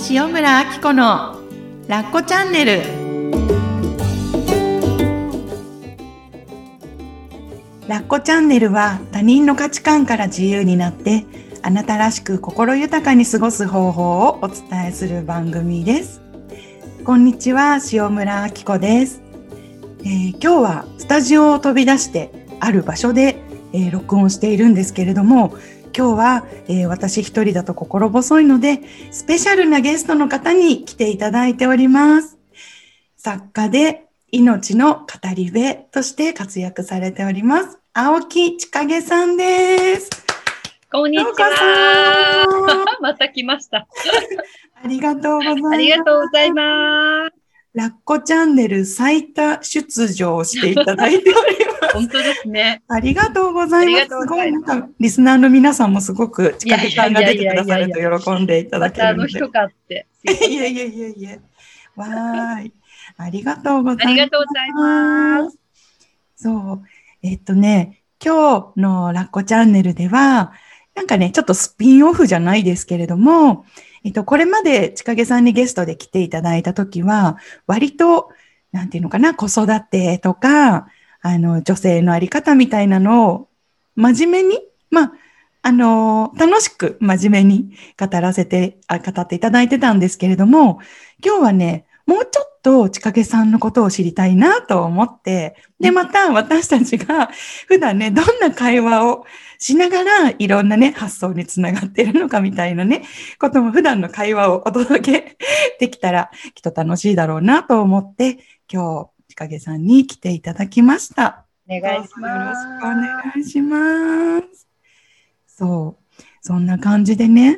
塩村あき子のラッコチャンネル。ラッコチャンネルは他人の価値観から自由になってあなたらしく心豊かに過ごす方法をお伝えする番組です。こんにちは、塩村あき子です。今日はスタジオを飛び出してある場所で、録音しているんですけれども、今日は、私一人だと心細いのでスペシャルなゲストの方に来ていただいております。作家で命の語り部として活躍されております青木千景さんです。 こんにちは。また来ました。 ありがとうございます。 ありがとうございます。 ラッコチャンネル最多出場していただいております。 本当ですね。 ありがとうございます。すごい、なんかリスナーの皆さんもすごく千景さんが出てくださると喜んでいただけるので。 また人かって。 いやいやいやいや。わーい。ありがとうございます。 ありがとうございます。 そう。今日のラッコチャンネルでは、なんかね、ちょっとスピンオフじゃないですけれども、これまで千景さんにゲストで来ていただいたときは、割と、なんていうのかな、子育てとか、女性のあり方みたいなのを、真面目に、楽しく真面目に語っていただいてたんですけれども、今日はね、もうちょっと千景さんのことを知りたいなと思って、で、また私たちが普段ね、どんな会話をしながらいろんなね、発想につながっているのかみたいなね、ことも普段の会話をお届けできたらきっと楽しいだろうなと思って、今日、千景さんに来ていただきました。 お願いします。 よろしくお願いします。そう。そんな感じでね、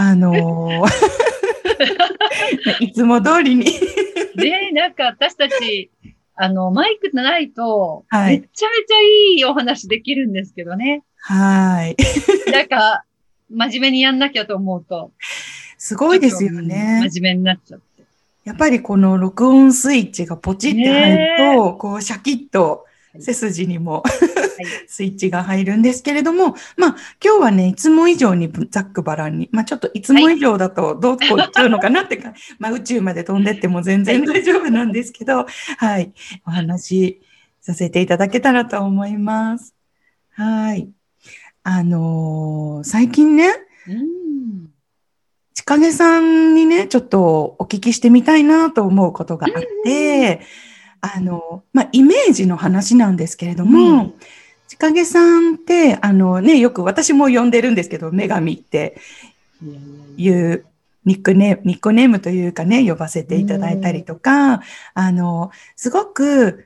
いつも通りにね、なんか私たち、マイクないと、 はい、 めちゃめちゃいいお話できるんですけどね。 はい。 なんか、真面目にやんなきゃと思うと。 すごいですよね。 真面目になっちゃって。 やっぱりこの録音スイッチがポチって入ると、こうシャキッと背筋にも、スイッチが入るんですけれども、今日はね、いつも以上にざっくばらんに、ちょっといつも以上だとどこ行っちゃうのかなってか、宇宙まで飛んでっても全然大丈夫なんですけど、はい、お話しさせていただけたらと思います。はい。最近ね、千景さんにね、ちょっとお聞きしてみたいなと思うことがあって、イメージの話なんですけれども、千景さんって、よく私も呼んでるんですけど、女神っていうニックネームというかね、呼ばせていただいたりとか、すごく、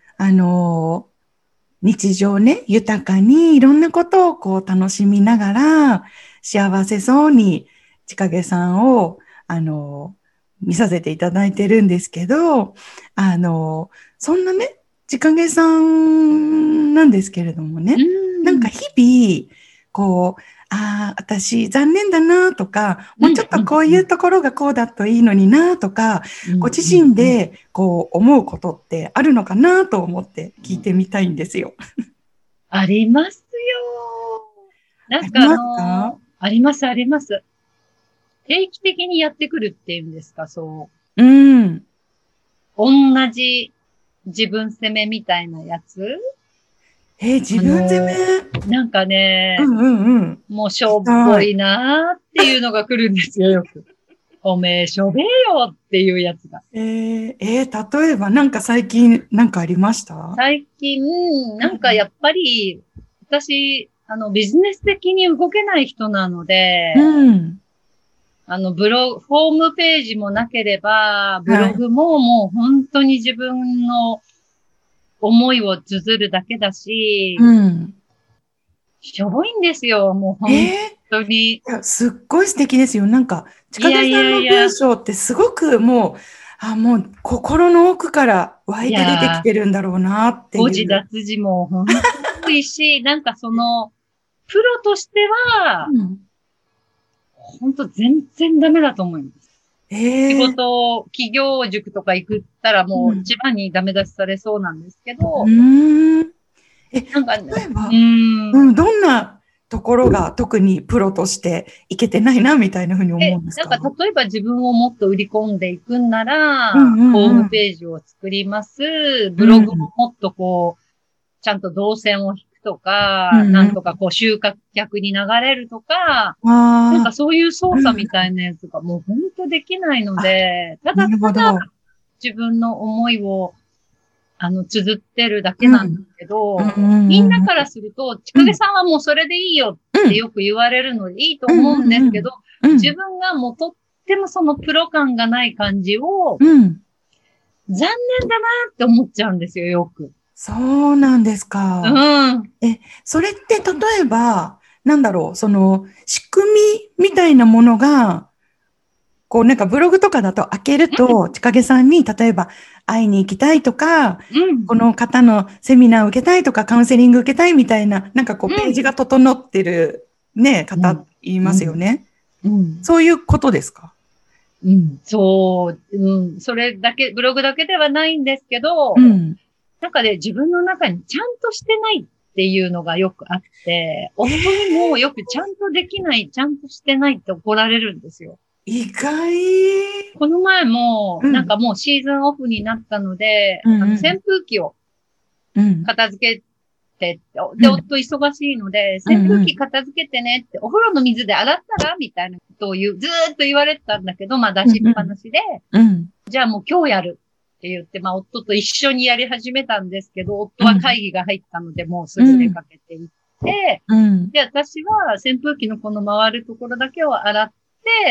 日常ね、豊かにいろんなことをこう楽しみながら、幸せそうに千景さんを、見させていただいてるんですけど、そんなね、千景さんなんですけれどもね、なんか日々、こう、私残念だなとか、もうちょっとこういうところがこうだといいのになとか、ご自身でこう思うことってあるのかなと思って聞いてみたいんですよ。 ありますよ。なんかあります、あります。定期的にやってくるっていうんですか、そう。同じ自分責めみたいなやつ？ 自分責め？ なんかね、もうしょぼいなーっていうのが来るんですよ、よく。おめえしょべえよっていうやつが。 例えばなんか最近なんかありました？ 最近、なんかやっぱり、私、ビジネス的に動けない人なので、フォームページもなければ、ブログももう本当に自分の思いを綴るだけだし、しょぼいんですよ、もう本当に。 いや、すっごい素敵ですよ。なんか、千景さんの文章ってすごくもう心の奥から湧いて出てきてるんだろうなっていう。 誤字脱字も本当にいいし、なんかその、プロとしては、本当全然ダメだと思います。仕事、企業塾とか行ったらもう一番にダメ出しされそうなんですけど、 なんか、例えば、どんなところが特にプロとしていけてないなみたいなふうに思うんですか？ なんか例えば自分をもっと売り込んでいくんなら、 うんうんうん、 ホームページを作ります。ブログももっとこう、ちゃんと動線を引くとか、 うんうん、 なんとかこう集客に流れるとか、なんかそういう操作みたいなやつがもう本当できないので、ただただ自分の思いを綴ってるだけなんですけど、みんなからすると、ちかげさんはもうそれでいいよってよく言われるのでいいと思うんですけど、自分がもうとってもそのプロ感がない感じを、残念だなって思っちゃうんですよ、よく。 そうなんですか。 うん。 それって例えば、なんだろう、その仕組みみたいなものが、こうなんかブログとかだと開けると、ちかげさんに例えば会いに行きたいとか、この方のセミナーを受けたいとか、カウンセリング受けたいみたいな、なんかこうページが整ってるね、方いますよね。そういうことですか？ そう、それだけ、ブログだけではないんですけど、なんかね、自分の中にちゃんとしてないっていうのがよくあって、夫にもよくちゃんとできない、ちゃんとしてないって怒られるんですよ。 意外。 この前も、なんかもうシーズンオフになったので、扇風機を片付けて、で、夫忙しいので、扇風機片付けてねって、お風呂の水で洗ったらみたいなことをずーっと言われてたんだけど、まあ出しっぱなしで、じゃあもう今日やるって言って、まあ夫と一緒にやり始めたんですけど、夫は会議が入ったので、もうすぐ出かけていって、で、私は扇風機のこの回るところだけを洗って、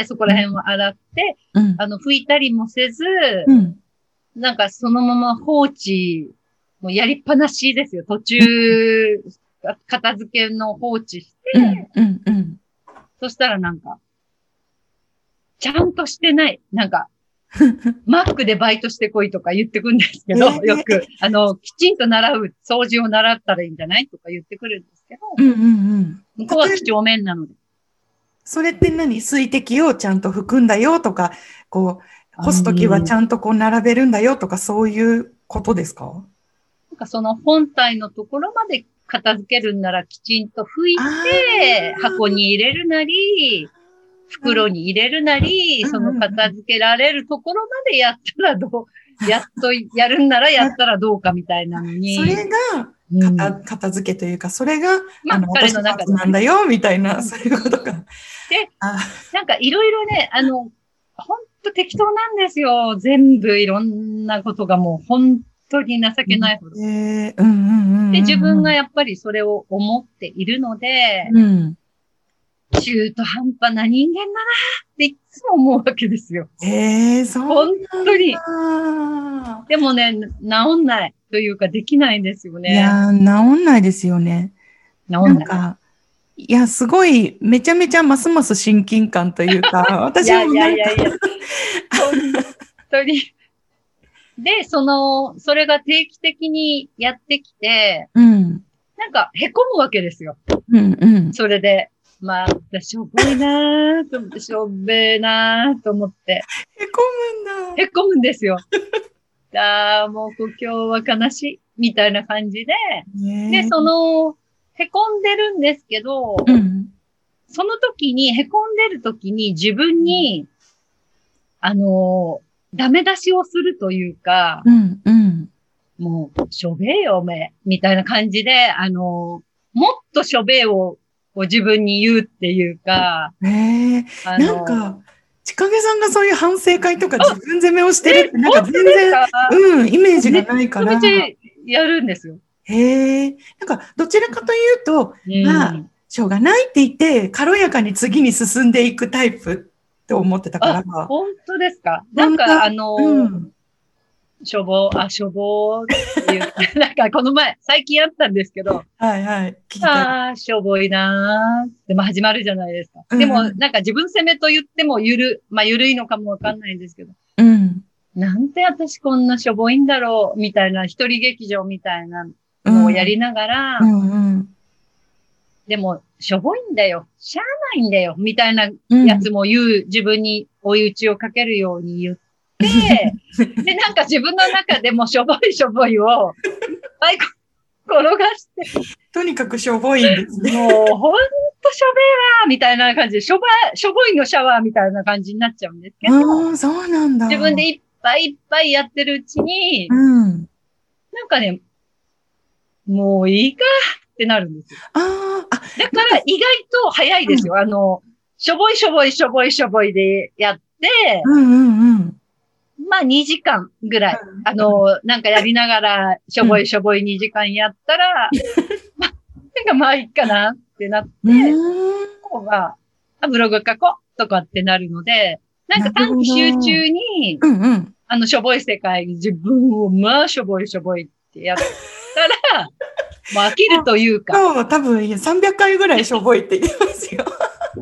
そこら辺を洗って、拭いたりもせず、なんかそのまま放置、もうやりっぱなしですよ。途中、片付けの放置して、そしたらなんか、ちゃんとしてない。なんか、マックでバイトしてこいとか言ってくるんですけど、よく、きちんと掃除を習ったらいいんじゃないとか言ってくるんですけど、向こうは几帳面なので。 それって水滴をちゃんと含んだよとか、こう、干すときはちゃんとこう並べるんだよとか、そういうことですか？ なんかその本体のところまで片付けるんならきちんと拭いて、箱に入れるなり、袋に入れるなり、その片付けられるところまでやったらやっとやるんならやったらどうかみたいなのに。 それが、片付けというか、それが、彼の中でなんだよ、みたいな、そういうことが。で、 なんかいろいろね、ほんと適当なんですよ。全部いろんなことがもう本当に情けないほど。で、自分がやっぱりそれを思っているので、中途半端な人間だなっていつも思うわけですよ。 そう本当に。でもね、治んないというかできないんですよね。 いや、治んないですよね。なんか、いや、すごい、めちゃめちゃますます親近感というか、私もなんか。いや。 本当に。で、それが定期的にやってきて、なんか、凹むわけですよ。それで。まあ、しょぼいなーと思って、しょべーなーと思って。へこむんですよ。もう今日は悲しい、みたいな感じで。で、へこんでるんですけど、その時に、へこんでる時に自分に、ダメ出しをするというか、もう、しょべえよ、おめえ、みたいな感じで、もっとしょべえを自分に言うっていうか。 なんか、ちかげさんがそういう反省会とか自分責めをしてるって、なんか全然、イメージがないから。 めちゃめちゃやるんですよ。 なんか、どちらかというと、まあ、しょうがないって言って、軽やかに次に進んでいくタイプって思ってたから。 本当ですか？なんか、しょぼーっていう、なんかこの前、最近あったんですけど、しょぼいなーって始まるじゃないですか。でも、なんか自分責めと言っても緩いのかもわかんないんですけど、なんて私こんなしょぼいんだろう、みたいな一人劇場みたいなのをやりながら、でも、しょぼいんだよ、しゃあないんだよ、みたいなやつも自分に追い打ちをかけるように言って、で、なんか自分の中でもしょぼいを、いっぱい転がして。 とにかくしょぼいんですね。 もう本としょべーわーみたいな感じで、しょぼいのシャワーみたいな感じになっちゃうんですけど、 そうなんだ。 自分でいっぱいいっぱいやってるうちに、なんかね、もういいかってなるんですよ。だから意外と早いですよ。しょぼいでやって、まあ2時間ぐらい。なんかやりながら、しょぼい2時間やったら、なんかまあいいかなってなって、こうが、ブログ書こうとかってなるので、なんか短期集中に、しょぼい世界に自分をまあしょぼいってやったら、もう飽きるというか。 そう、多分300回ぐらいしょぼいって言ってますよ。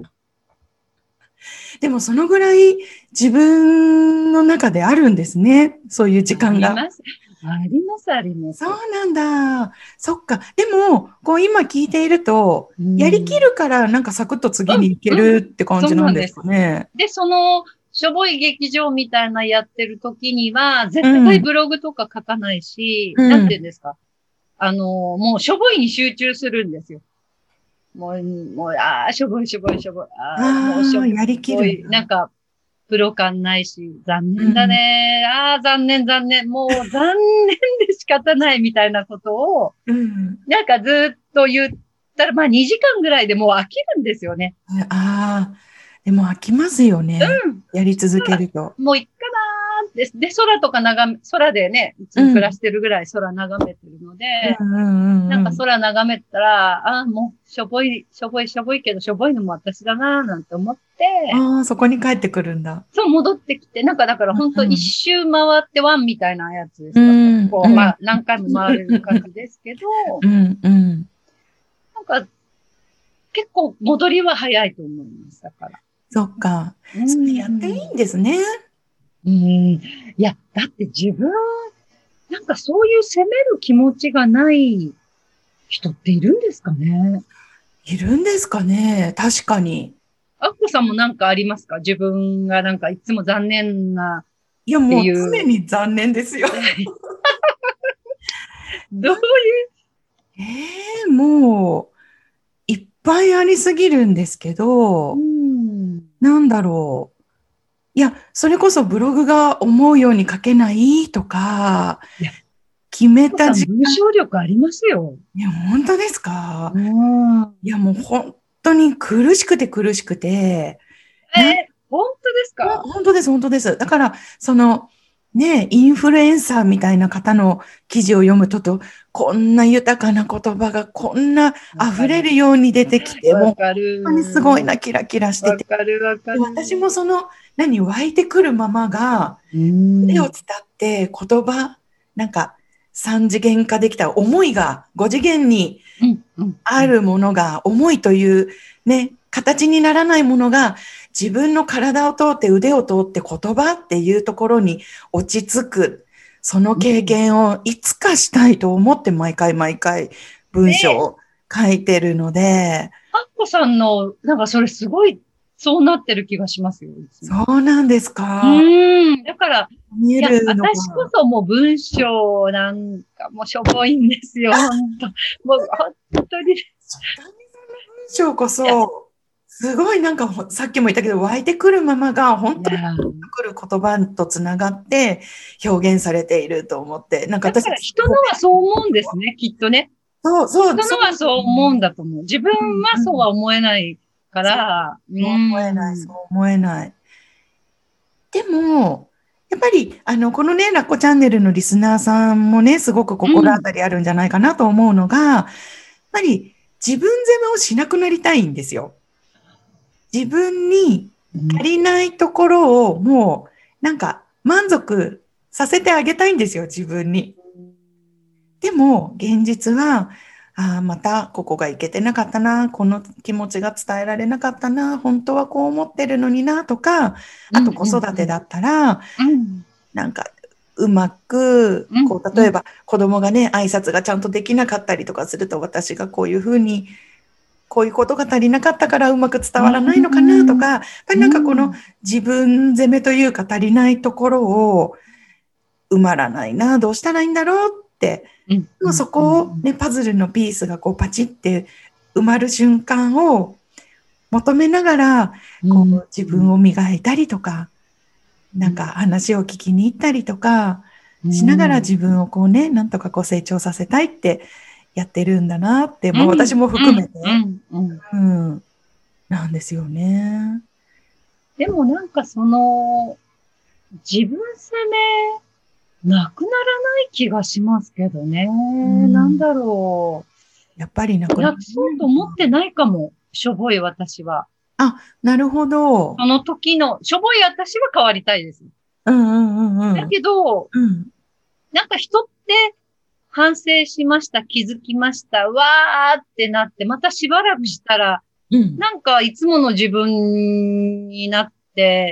でもそのぐらい自分の中であるんですね。そういう時間が。 あります。 そうなんだ。そっか。でも、こう今聞いていると、やりきるからなんかサクッと次に行けるって感じなんですかね。 で、しょぼい劇場みたいなやってる時には、絶対ブログとか書かないし、なんて言うんですか。もうしょぼいに集中するんですよ。もう、しょぼい。もうしょぼい。 やりきる。 なんか、プロ感ないし、残念だね。残念。もう残念で仕方ないみたいなことを、なんかずっと言ったら、まあ2時間ぐらいでもう飽きるんですよね。 でも飽きますよね。やり続けると。 もういっかなーって。で、空でね、いつも暮らしてるぐらい空眺めてるので、なんか空眺めたら、もうしょぼいけど、しょぼいのも私だなーなんて思って、 そこに帰ってくるんだ。 そう、戻ってきて、なんかだから本当一周回ってワンみたいなやつですよ。こう、まあ何回も回れる感じですけど、なんか結構戻りは早いと思います、だから。 そっか。それやっていいんですね。 いや、だって自分、なんかそういう責める気持ちがない人っているんですかね？ いるんですかね？確かに。 アッコさんもなんかありますか？自分がなんかいつも残念な。 いや、もう常に残念ですよ。 どういうもう、いっぱいありすぎるんですけど、なんだろう。いや、それこそブログが思うように書けないとか、決めた時間。文章力ありますよ。 いや、本当ですか？いや、もう本当に苦しくて。 本当ですか？ 本当です。だから、インフルエンサーみたいな方の記事を読むと、こんな豊かな言葉がこんな溢れるように出てきて、もう本当にすごいな、キラキラしてて。私も湧いてくるままが、腕を伝って言葉、なんか3次元化できた思いが5次元にあるものが、思いというね、形にならないものが自分の体を通って腕を通って言葉っていうところに落ち着く。その経験をいつかしたいと思って毎回文章を書いてるので。 アッコさんの、なんかそれすごい、そうなってる気がしますよ。 そうなんですか。 だから、私こそもう文章なんかもうしょぼいんですよ。もう本当に。 文章こそ、すごいなんかさっきも言ったけど湧いてくるままが本当に来る言葉とつながって表現されていると思って。 なんか私だから人のはそう思うんですね、きっとね。 人のはそう思うんだと思う。自分はそうは思えないから。 そう思えない。でも、やっぱり、このね、ラッコチャンネルのリスナーさんもね、すごく心当たりあるんじゃないかなと思うのが、やっぱり自分責めをしなくなりたいんですよ。自分に足りないところをもう、なんか満足させてあげたいんですよ、自分に。でも、現実は、またここがいけてなかったな、この気持ちが伝えられなかったな、本当はこう思ってるのにな、とか、あと子育てだったら、なんかうまく、例えば子供がね、挨拶がちゃんとできなかったりとかすると、私がこういうふうに、こういうことが足りなかったからうまく伝わらないのかなとか、なんかこの自分責めというか足りないところを埋まらないな、どうしたらいいんだろうって、そこをね、パズルのピースがこうパチって埋まる瞬間を求めながら、こうんう、自分を磨いたりとか、なんか話を聞きに行ったりとか、しながら自分をこうね、なんとかこう成長させたいってやってるんだなって、 うん、 私も含めて、 うん、うん。 うん、なんですよね。 でもなんか自分責め、なくならない気がしますけどね。 うなんん、 だろやっぱりなう。 くななくそうと思ってないかも。しょぼい私は。 あ、なるほど。 その時の、しょぼい私は変わりたいです。 うんうんうんうだん。 けど、 うん。 なんか人って反省しました、気づきました、わーってなって、またしばらくしたら、 うん。 なんかいつもの自分になって、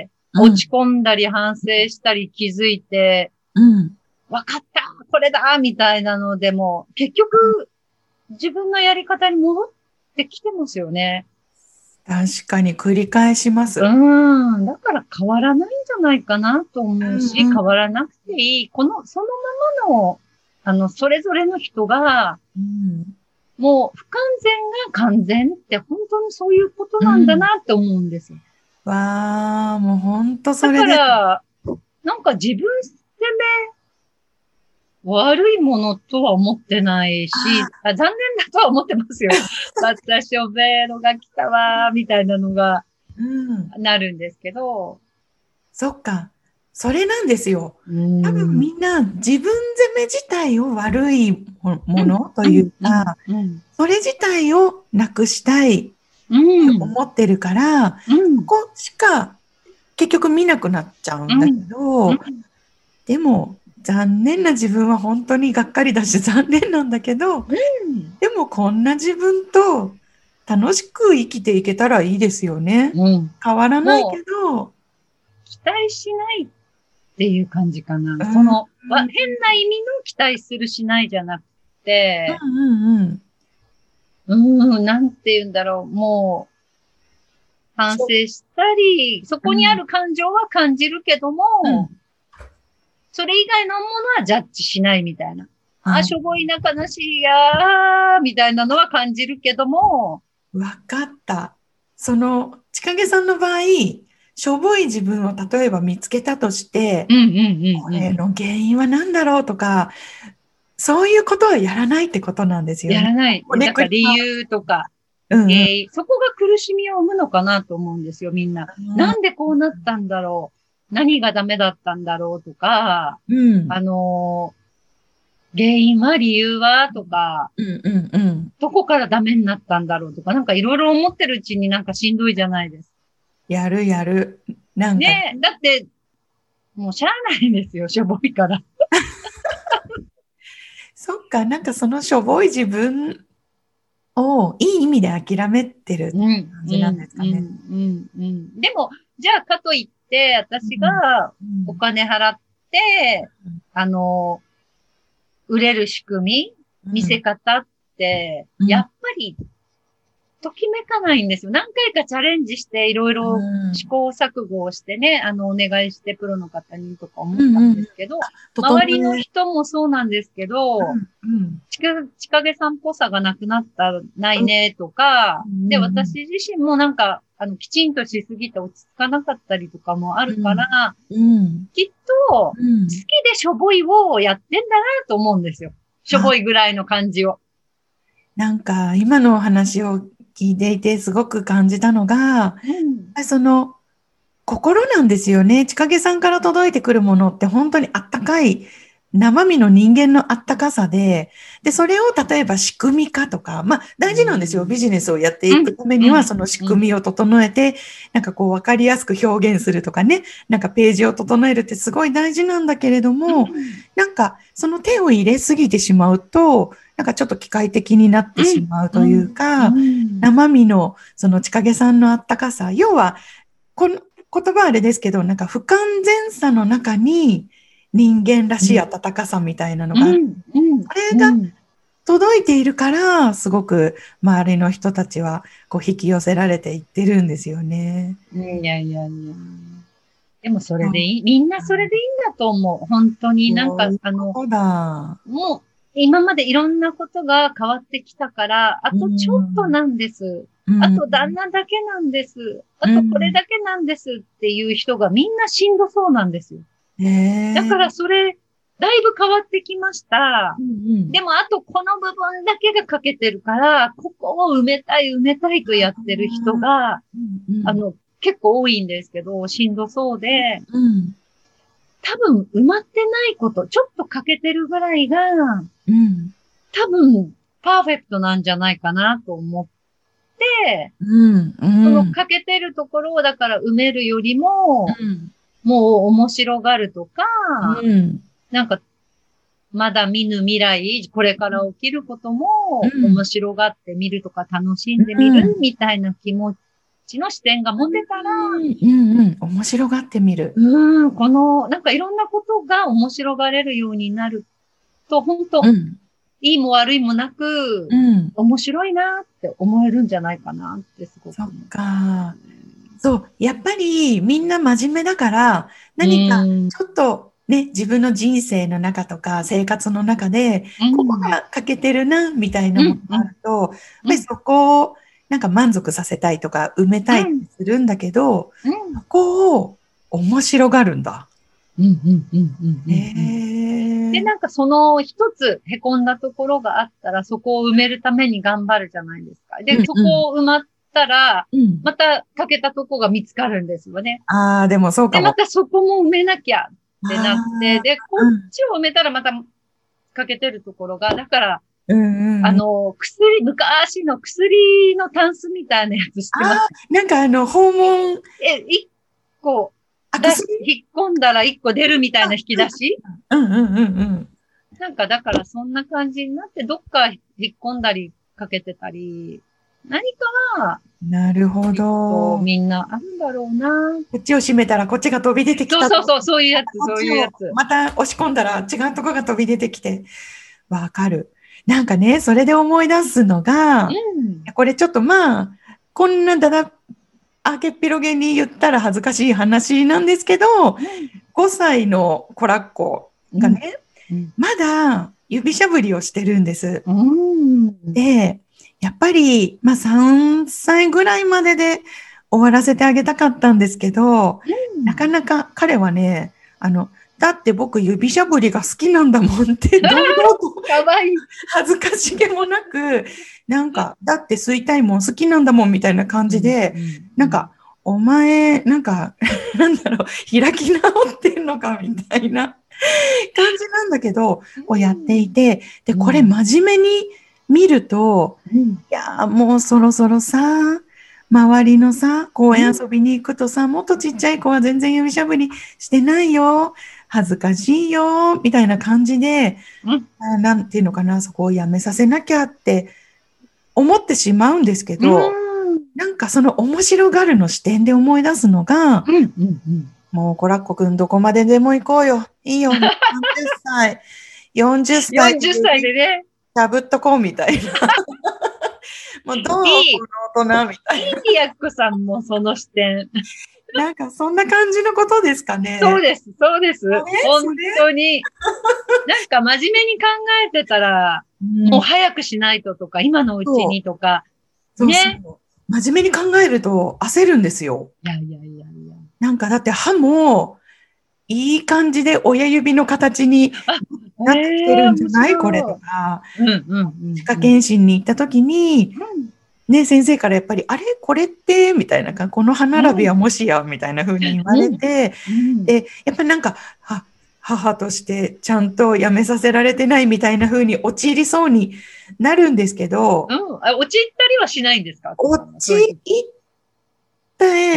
うん。 落ち込んだり反省したり気づいて、 うん。 わかった、これだみたいなのでも、結局、自分のやり方に戻ってきてますよね。 確かに繰り返しまうす。 ーん。だから変わらないんじゃないかなとう思うし、 んうん。 変わらなくていい。そのままの、それぞれの人が、 うん。 もう不完全が完全って本当にそういうことなんだうん。 なって思うんですよ。 わあ、もうほんとだかそれで。 ら、なんか自分責め悪いものとは思ってないし、 あ、 残念だとは思ってますよ。私おべえのが来たわー、みたいなのがうん。 なるんですけど、 そっか。それなんですよ。 うーん、 多分みんな自分責め自体を悪いもうん、 のとうん、 いううん、 か、 うん、 それ自体をなくしたいってうん、 思ってるから、 うん、 そこしか結局見なくなっちゃうんだけうん、うど、 ん、 でも残念な自分は本当にがっかりだし残念なんだけど、でもこんな自分と楽しく生きていけたらいいですよね。 うん。 変わらないけもう、 ど、 期待しないっていう感じかな。 うん、うん、 変な意味の期待するしないじゃなくて、 うん、うん。 なんて言うんだろう。もう、反省そう、 したり、そこにあうん、 る感情は感じるけども、 うん。 それ以外のものはジャッジしないみたいな。あ、 あ、 しょぼいな、悲しいやー、みたいなのは感じるけども、 わかった。千景さんの場合、しょぼい自分を例えば見つけたとして、 うんうんこうんうん。 れの原因は何だろうとか、そういうことはやらないってことなんですよね。 やらない。 こねだから理くり回由とかうんうん。 原因、そこが苦しみを生むのかなと思うんですよ、みんな。なんでこうなったんだろう。何がダメだったんだろうとか、 うん。 あの原因は理由はとか、 うんうんうん。 どこからダメになったんだろうとか、なんかいろいろ思ってるうちになんかしんどいじゃないですか。 やるやる。なんか、 ねえ、だって、もうしゃあないんですよ、しょぼいから。 そっか、なんかそのしょぼい自分をいい意味で諦めてるうん、 感じなんでうん、うん、 すかね。 うん、うん。でも、じゃあかといって、私うん。 がおうん。 金払って、あの、売れる仕組み、見せうん。 方って、 うん。 やっぱりときめかないんですよ。何回かチャレンジしていろいうろ試ん。 行錯誤をしてね、お願いしてプロの方にとか思ったんうんうん。 ですけど、 整周りのえ。 人もそうなんですけど、 うん。 ちかげさんっぽさがなくなったないねとか、 うで、 ん。 私自身もなんか、きちんとしすぎて落ち着かなかったりとかもあるかうん。 ら、 うん。 きっと、好うん。 きでしょぼいをやってんだなと思うんですよ。しょぼいあ、 ぐらいの感じを。 なんか今のお話を聞いていてすごく感じたのが、やっうん。 ぱり心なんですよね。千景さんから届いてくるものって本当にあったかい、生身の人間のあったかさで、で、それを例えば仕組み化とか、まあう大事なんですよ。ビん。 ジネスをやっていくうん。 ためには、 うん。 その仕うん。 組みを整えて、なんかこう分かりやすく表現するとかね、なんかページを整えるってすごい大事なんだけれどうも、 ん。 なんかその手を入れすぎてしまうと、なんかちょっと機械的になってしうん。 まうといううん。うか、 ん。 生身のその千景さんのあったかさ、要は、この言葉はあれですけど、なんか不完全さの中に人間らしい温かさみたいなのがある。 うん。うん。 これがうん。 届いているから、すごく周りの人たちはこう引き寄せられていってるんですよね。 いやいやいや。でもそれでそういい。みんなそれでいいんだと思う。本当になんか、 そういうことだ。 もう、今までいろんなことが変わってきたから、あうとちょっとん。 なんです。 あと旦那だけなんです。あとこれだけなんですっていう人がみんなしんどそうなんですよ。だからそれ、だいぶ変わってきました。でもあとこの部分だけが欠けてるから、ここを埋めたいとやってる人が、結構多いんですけど、しんどそうで、多分埋まってないこと、ちょっと欠けてるぐらいが、多分パーフェクトなんじゃないかなと思って、その欠けてるところをだから埋めるよりも、もう面白がるとか、なんか、まだ見ぬ未来、これから起きることも面白がってみるとか楽しんでみるみたいな気持ちの視点が持てたら、 面白がってみる。 この、なんかいろんなことが面白がれるようになると、本当、いいも悪いもなく、面白いなって思えるんじゃないかなってすごく。 そっか。そう、やっぱりみんな真面目だから、何かちょっとね、自分の人生の中とか生活の中で、ここが欠けてるな、みたいなものがあると、やっぱりそこをなんか満足させたいとか埋めたいってするんだけど、そこを面白がるんだ。 で、なんかその一つ凹んだところがあったら、そこを埋めるために頑張るじゃないですか。で、そこを埋まったら、また欠けたとこが見つかるんですよね。 でもそうかも。 で、またそこも埋めなきゃってなって、で、こっちを埋めたらまた欠けてるところが、だから、昔の薬のタンスみたいなやつ知ってます？ なんか訪問。 一個、引っ込んだら一個出るみたいな引き出し？なんかだからそんな感じになって、どっか引っ込んだりかけてたり、何かなるほど。 みんなあるんだろうな。 こっちを閉めたらこっちが飛び出てきた。 そういうやつ。 また押し込んだら違うとこが飛び出てきて。わかる。なんかね、それで思い出すのが、これちょっとこんな開けっぴろげに言ったら恥ずかしい話なんですけど、5歳の子らっ子がね、まだ指しゃぶりをしてるんです。で、やっぱり、3歳ぐらいまでで終わらせてあげたかったんですけど、なかなか彼はね、だって僕指しゃぶりが好きなんだもんって堂々と恥ずかしげもなく、なんかだって吸いたいもん好きなんだもんみたいな感じで、なんかお前なんかなんだろう開き直ってんのかみたいな感じなんだけど、こうやっていて、でこれ真面目に見ると、いやもうそろそろさ。周りのさ、公園遊びに行くとさ、もっとちっちゃい子は全然指しゃぶりしてないよ。恥ずかしいよ。みたいな感じで、なんていうのかな、そこをやめさせなきゃって思ってしまうんですけど、なんかその面白がるの視点で思い出すのが、もうコラッコくんどこまででも行こうよ。いいよ。30歳。40歳でね。 しゃぶっとこうみたいな。もうどうこの大人みたいな。 いいやっこさんもその視点。 なんかそんな感じのことですかね。 そうです。本当に。なんか真面目に考えてたら、もう早くしないととか、今のうちにとか。ね。 真面目に考えると焦るんですよ。 いや。 なんかだって歯もいい感じで親指の形になってきてるんじゃない？これとか。歯科検診に行った時に、ね、先生からやっぱり、あれこれって、みたいな、この歯並びはもしや、みたいな風に言われて、で、やっぱりなんか、母としてちゃんとやめさせられてないみたいな風に陥りそうになるんですけど。 陥ったりはしないんですか？ 陥って、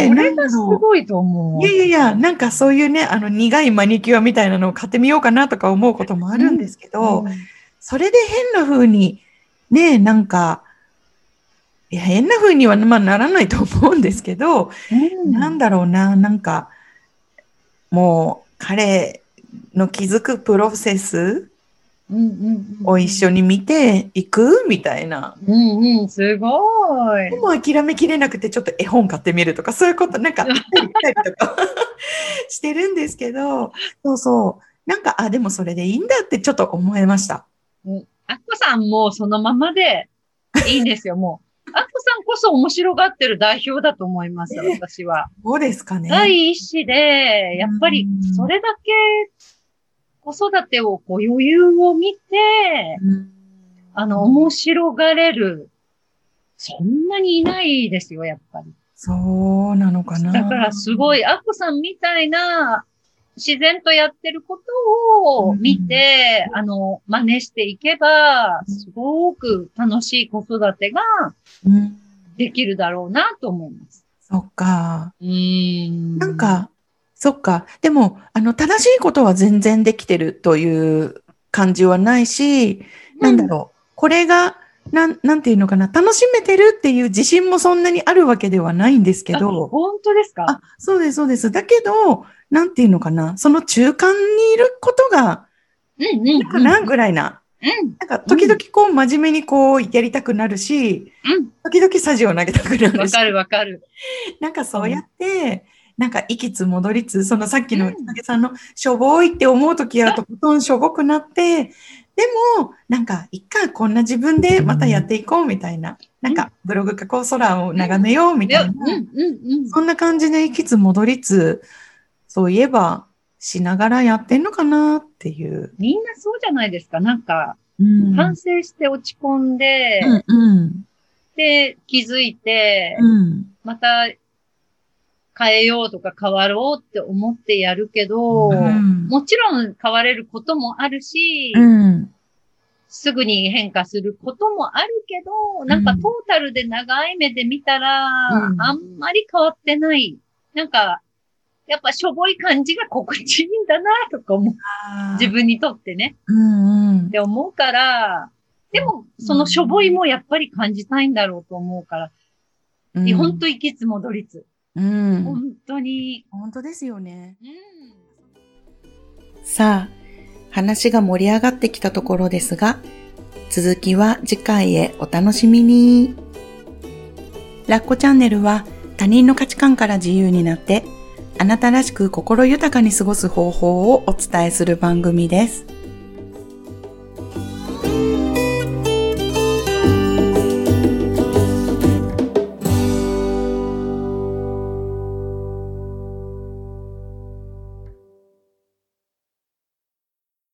これがすごいと思う。 いや、なんかそういうね、苦いマニキュアみたいなのを買ってみようかなとか思うこともあるんですけど、それで変な風に、ね、なんか、変な風にはならないと思うんですけど、なんだろうな、なんか、もう彼の気づくプロセスを一緒に見ていくみたいな。 すごい。 でも諦めきれなくてちょっと絵本買ってみるとか、そういうことなんか言ったりとかしてるんですけど、そう。なんか、でもそれでいいんだってちょっと思いました。 あっこさんもそのままでいいんですよ、もう。 アッコさんこそ面白がってる代表だと思います、私は。 そうですかね。 第一子で、やっぱりそれだけ子育てをこう余裕を見て、面白がれる、そんなにいないですよ、やっぱり。 そうなのかな。 だからすごい、アッコさんみたいな自然とやってることを見て、真似していけば、すごく楽しい子育てができるだろうなと思います。 そっか。なんか、そっか。でも、正しいことは全然できてるという感じはないし、なんだろう。これが、なんていうのかな。楽しめてるっていう自信もそんなにあるわけではないんですけど。 本当ですか？ そうです、そうです。だけど、なんていうのかな。その中間にいることが、なんぐらいな。なんか、時々こう、真面目にこう、やりたくなるし、時々サジを投げたくなるし。 わかる。 なんかそうやって、なんか、行きつ戻りつ、そのさっきのつなげさんのしょぼいって思うときはとことんしょぼくなって、でも、なんか、いっか、こんな自分でまたやっていこうみたいな。なんか、ブログ書こう、空を眺めようみたいな。そんな感じで行きつ戻りつ、そういえば、しながらやってんのかなっていう。 みんなそうじゃないですか。なんか、反省して落ち込んで、で、気づいて、また変えようとか変わろうって思ってやるけど、もちろん変われることもあるし、すぐに変化することもあるけど、なんかトータルで長い目で見たら、あんまり変わってない。なんか、やっぱしょぼい感じが心地いいんだなとか思う。自分にとってね。って思うから、でも、そのしょぼいもやっぱり感じたいんだろうと思うから、本当行きつ戻りつ。本当に。 本当ですよね。さあ、話が盛り上がってきたところですが、続きは次回へお楽しみに。ラッコチャンネルは他人の価値観から自由になって、あなたらしく心豊かに過ごす方法をお伝えする番組です。